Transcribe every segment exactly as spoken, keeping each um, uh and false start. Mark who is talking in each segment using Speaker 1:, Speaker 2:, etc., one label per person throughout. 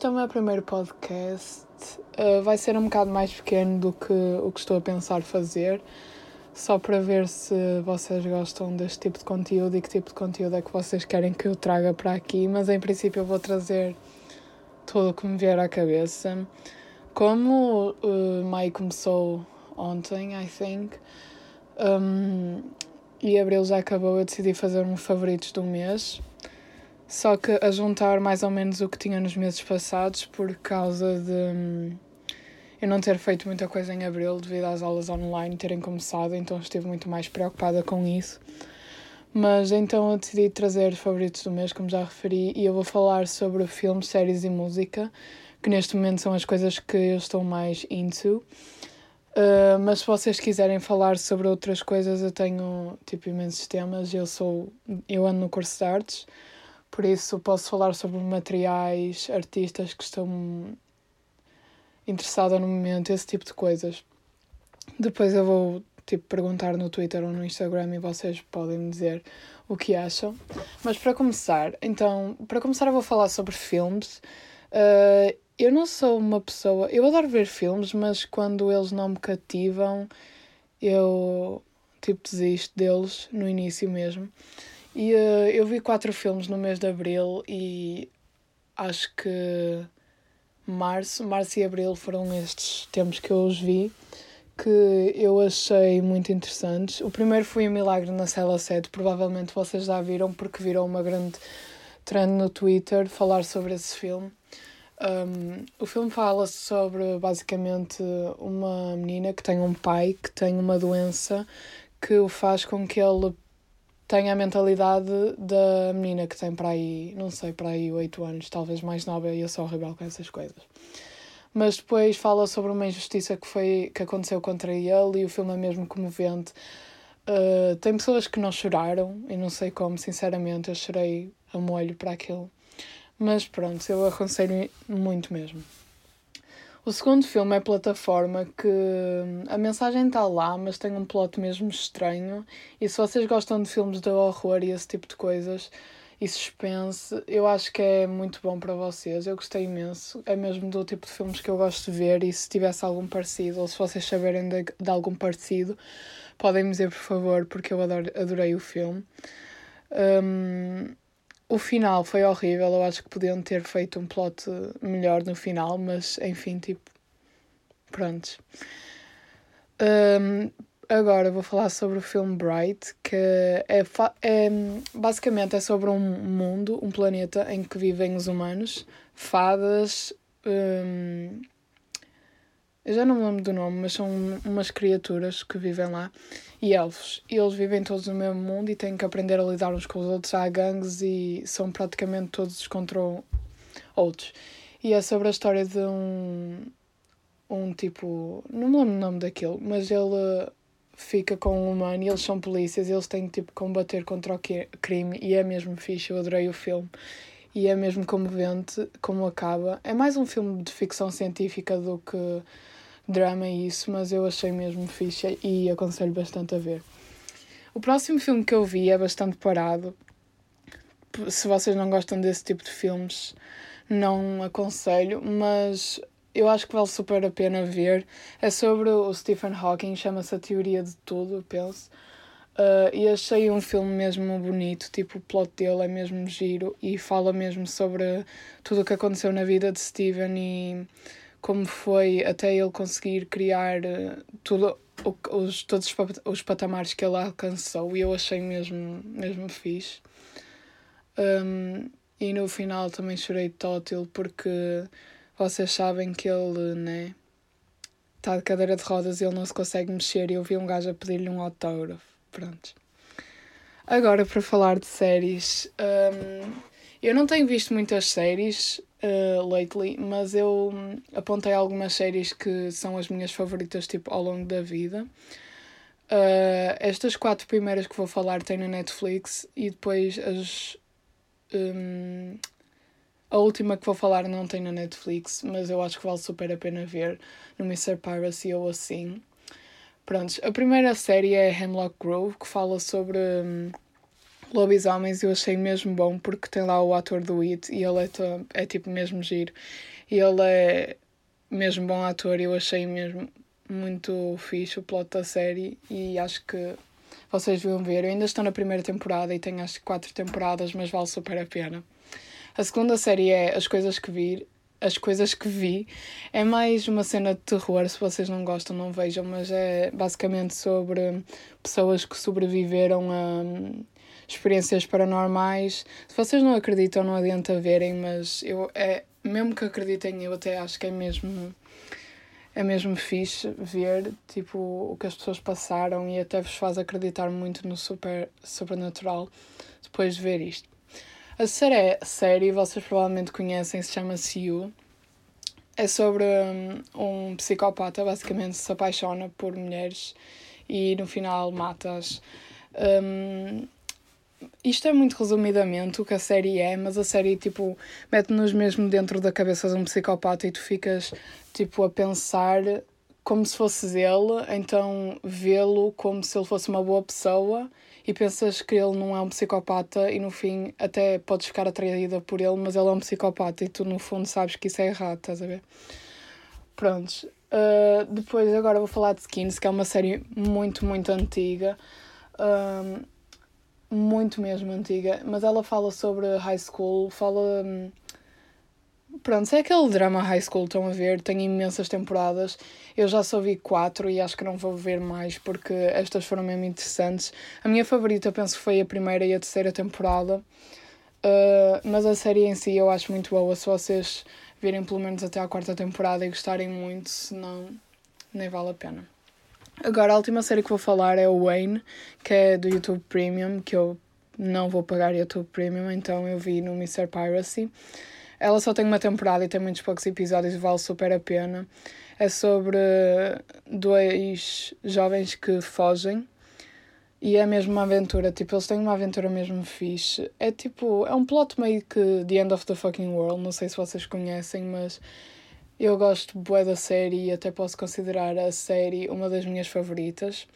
Speaker 1: é o meu primeiro podcast. Uh, vai ser um bocado mais pequeno do que o que estou a pensar fazer, só para ver se vocês gostam deste tipo de conteúdo e que tipo de conteúdo é que vocês querem que eu traga para aqui, mas em princípio eu vou trazer tudo o que me vier à cabeça. Como uh, maio começou ontem, I think, um, e abril já acabou, eu decidi fazer um favoritos do mês. Só que a juntar mais ou menos o que tinha nos meses passados, por causa de hum, eu não ter feito muita coisa em abril devido às aulas online terem começado, então estive muito mais preocupada com isso. Mas então eu decidi trazer favoritos do mês, como já referi, e eu vou falar sobre filmes, séries e música, que neste momento são as coisas que eu estou mais into. Uh, mas se vocês quiserem falar sobre outras coisas, eu tenho tipo imensos temas. Eu sou eu ando no curso de artes, por isso posso falar sobre materiais, artistas que estão interessada no momento, esse tipo de coisas. Depois eu vou tipo perguntar no Twitter ou no Instagram e vocês podem me dizer o que acham. Mas para começar, então, para começar eu vou falar sobre filmes. Uh, eu não sou uma pessoa... Eu adoro ver filmes, mas quando eles não me cativam, eu tipo desisto deles no início mesmo. E uh, eu vi quatro filmes no mês de abril e acho que março, março e abril foram estes tempos que eu os vi, que eu achei muito interessantes. O primeiro foi O Milagre na Cela sete, provavelmente vocês já viram porque viram uma grande trend no Twitter falar sobre esse filme. Um, o filme fala sobre basicamente uma menina que tem um pai que tem uma doença que o faz com que ele tenha a mentalidade da menina que tem para aí, não sei, para aí oito anos, talvez mais nova, e eu sou horrível com essas coisas. Mas depois fala sobre uma injustiça que, foi, que aconteceu contra ele e o filme é mesmo comovente. Uh, tem pessoas que não choraram, e não sei como, sinceramente, eu chorei a molho para aquilo. Mas pronto, eu aconselho muito mesmo. O segundo filme é Plataforma, que a mensagem está lá, mas tem um plot mesmo estranho. E se vocês gostam de filmes de horror e esse tipo de coisas e suspense, eu acho que é muito bom para vocês. Eu gostei imenso. É mesmo do tipo de filmes que eu gosto de ver, e se tivesse algum parecido, ou se vocês saberem de, de algum parecido, podem me dizer, por favor, porque eu adoro, adorei o filme. Um, o final foi horrível. Eu acho que podiam ter feito um plot melhor no final, mas enfim, tipo, pronto. Um, agora vou falar sobre o filme Bright, que é, fa- é basicamente é sobre um mundo, um planeta em que vivem os humanos, fadas, um, eu já não me lembro do nome, mas são umas criaturas que vivem lá, e elfos. E eles vivem todos no mesmo mundo e têm que aprender a lidar uns com os outros. Há gangues e são praticamente todos contra outros. E é sobre a história de um, um tipo... Não me lembro o nome daquilo, mas ele fica com um humano e eles são polícias e eles têm que tipo, combater contra o crime, e é mesmo fixe. Eu adorei o filme. E é mesmo comovente como acaba. É mais um filme de ficção científica do que drama e isso, mas eu achei mesmo fixe e aconselho bastante a ver. O próximo filme que eu vi é bastante parado. Se vocês não gostam desse tipo de filmes, não aconselho, mas eu acho que vale super a pena ver. É sobre o Stephen Hawking, chama-se A Teoria de Tudo, eu penso. Uh, e achei um filme mesmo bonito, tipo, o plot dele é mesmo giro e fala mesmo sobre tudo o que aconteceu na vida de Stephen e como foi até ele conseguir criar uh, tudo, o, os, todos os, os patamares que ele alcançou, e eu achei mesmo, mesmo fixe. Um, e no final também chorei tótil porque vocês sabem que ele, né, está de cadeira de rodas e ele não se consegue mexer, e eu vi um gajo a pedir-lhe um autógrafo. Pronto. Agora, para falar de séries, um, eu não tenho visto muitas séries uh, lately, mas eu um, apontei algumas séries que são as minhas favoritas, tipo, ao longo da vida. Uh, estas quatro primeiras que vou falar têm na Netflix, e depois as... Um, a última que vou falar não tem na Netflix, mas eu acho que vale super a pena ver no mister Piracy ou assim. Prontos, a primeira série é Hemlock Grove, que fala sobre um, Lobisomens eu achei mesmo bom porque tem lá o ator do It e ele é, é tipo mesmo giro. E ele é mesmo bom ator e eu achei mesmo muito fixe o plot da série e acho que vocês vão ver. Eu ainda estou na primeira temporada e tenho acho que quatro temporadas, mas vale super a pena. A segunda série é As Coisas que Vi. As Coisas que Vi. É mais uma cena de terror, se vocês não gostam, não vejam, mas é basicamente sobre pessoas que sobreviveram a experiências paranormais. Se vocês não acreditam, não adianta verem, mas eu, é, mesmo que acreditem, eu até acho que é mesmo, é mesmo fixe ver tipo, o que as pessoas passaram e até vos faz acreditar muito no super, sobrenatural depois de ver isto. A série, série vocês provavelmente conhecem, se chama-se You. É sobre um, um psicopata, basicamente se apaixona por mulheres e no final mata-as. Um, Isto é muito resumidamente o que a série é, mas a série, tipo, mete-nos mesmo dentro da cabeça de um psicopata e tu ficas, tipo, a pensar como se fosses ele, então vê-lo como se ele fosse uma boa pessoa e pensas que ele não é um psicopata e no fim até podes ficar atraída por ele, mas ele é um psicopata e tu no fundo sabes que isso é errado, estás a ver? Prontos. Uh, depois agora vou falar de Skins, que é uma série muito, muito antiga. Um, muito mesmo antiga, mas ela fala sobre high school, fala... Pronto, é aquele drama high school, estão a ver, tem imensas temporadas, eu já só vi quatro e acho que não vou ver mais porque estas foram mesmo interessantes. A minha favorita penso que foi a primeira e a terceira temporada, uh, mas a série em si eu acho muito boa, se vocês virem pelo menos até à quarta temporada e gostarem muito, senão nem vale a pena. Agora, a última série que vou falar é o Wayne, que é do YouTube Premium, que eu não vou pagar YouTube Premium, então eu vi no mister Piracy. Ela só tem uma temporada e tem muitos poucos episódios e vale super a pena. É sobre dois jovens que fogem e é mesmo uma aventura, tipo, eles têm uma aventura mesmo fixe. É tipo, é um plot meio que The End of the Fucking World, não sei se vocês conhecem, mas... Eu gosto bué da série e até posso considerar a série uma das minhas favoritas.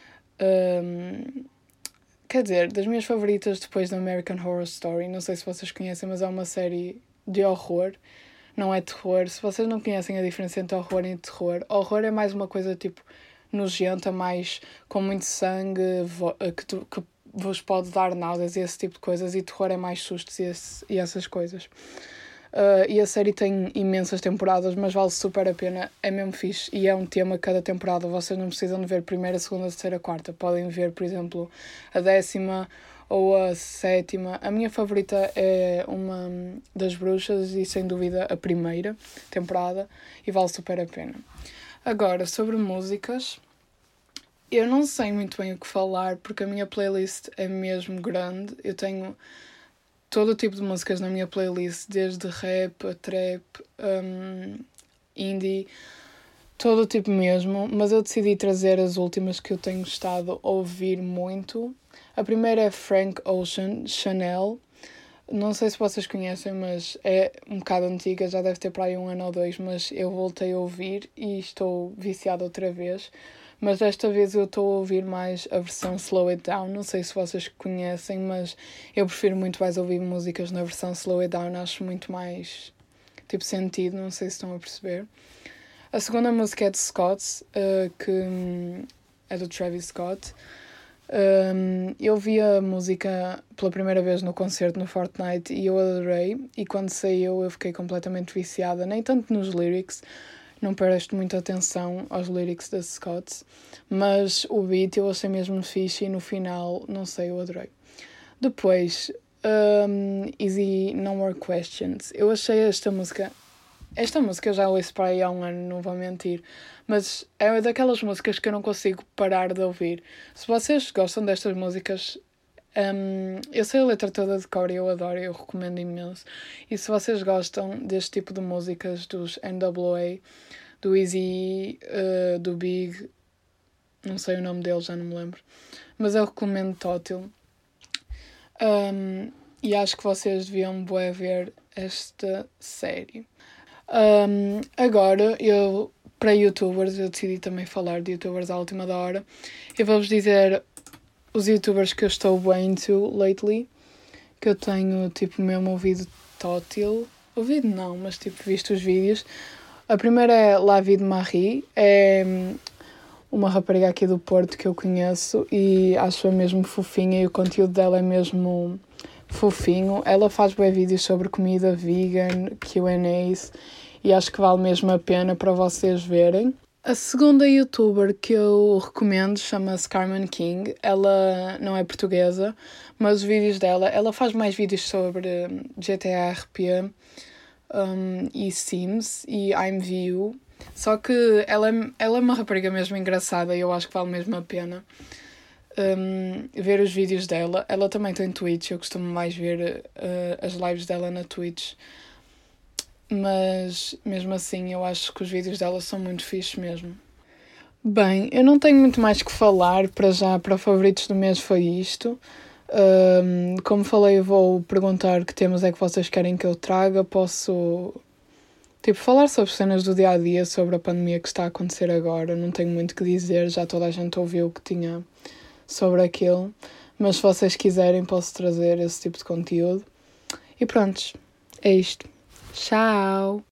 Speaker 1: Um, quer dizer, das minhas favoritas depois da American Horror Story. Não sei se vocês conhecem, mas é uma série de horror. Não é terror. Se vocês não conhecem a diferença entre horror e terror, horror é mais uma coisa tipo nojenta, mais com muito sangue, que, tu, que vos pode dar náuseas e esse tipo de coisas. E terror é mais sustos e, esse, e essas coisas. Uh, e a série tem imensas temporadas, mas vale super a pena, é mesmo fixe e é um tema cada temporada, vocês não precisam de ver primeira, segunda, terceira, quarta, podem ver, por exemplo, a décima ou a sétima. A minha favorita é uma das bruxas e sem dúvida a primeira temporada e vale super a pena. Agora, sobre músicas, eu não sei muito bem o que falar porque a minha playlist é mesmo grande, eu tenho todo o tipo de músicas na minha playlist, desde rap, a trap, um, indie, todo o tipo mesmo, mas eu decidi trazer as últimas que eu tenho estado a ouvir muito. A primeira é Frank Ocean, Chanel. Não sei se vocês conhecem, mas é um bocado antiga, já deve ter para aí um ano ou dois, mas eu voltei a ouvir e estou viciada outra vez. Mas desta vez eu estou a ouvir mais a versão Slow It Down. Não sei se vocês conhecem, mas eu prefiro muito mais ouvir músicas na versão Slow It Down. Acho muito mais, tipo, sentido. Não sei se estão a perceber. A segunda música é de Scott, uh, que um, é do Travis Scott. Um, eu vi a música pela primeira vez no concerto no Fortnite e eu adorei. E quando saiu eu fiquei completamente viciada. Nem tanto nos lyrics, não presto muita atenção aos lyrics da Scott, mas o beat eu achei mesmo fixe e no final, não sei, eu adorei. Depois, um, Easy No More Questions. Eu achei esta música... Esta música eu já ouço para aí há um ano, não vou mentir, mas é daquelas músicas que eu não consigo parar de ouvir. Se vocês gostam destas músicas... Um, eu sei a letra toda de cor e eu adoro, eu recomendo imenso. E se vocês gostam deste tipo de músicas dos N W A, do Easy, uh, do Big, não sei o nome dele, já não me lembro, mas eu recomendo Tótil. Um, e acho que vocês deviam bué ver esta série. Um, agora, eu, para youtubers, eu decidi também falar de youtubers à última da hora. Eu vou-vos dizer os youtubers que eu estou bem into lately, que eu tenho, tipo, mesmo ouvido tótil. Ouvido não, mas, tipo, visto os vídeos. A primeira é La Vie de Marie, é uma rapariga aqui do Porto que eu conheço e acho-a mesmo fofinha e o conteúdo dela é mesmo fofinho. Ela faz bem vídeos sobre comida vegan, Q and As e acho que vale mesmo a pena para vocês verem. A segunda youtuber que eu recomendo chama-se Carmen King. Ela não é portuguesa, mas os vídeos dela, ela faz mais vídeos sobre G T A R P um, e Sims e IMVU. Só que ela é, ela é uma rapariga mesmo engraçada e eu acho que vale mesmo a pena um, ver os vídeos dela. Ela também tem Twitch, eu costumo mais ver uh, as lives dela na Twitch. Mas, mesmo assim, eu acho que os vídeos dela são muito fixes mesmo. Bem, eu não tenho muito mais que falar. Para já, para favoritos do mês foi isto. Um, como falei, eu vou perguntar que temas é que vocês querem que eu traga. Posso, tipo, falar sobre cenas do dia-a-dia, sobre a pandemia que está a acontecer agora. Não tenho muito que dizer, já toda a gente ouviu o que tinha sobre aquilo. Mas se vocês quiserem, posso trazer esse tipo de conteúdo. E pronto, é isto. Tchau!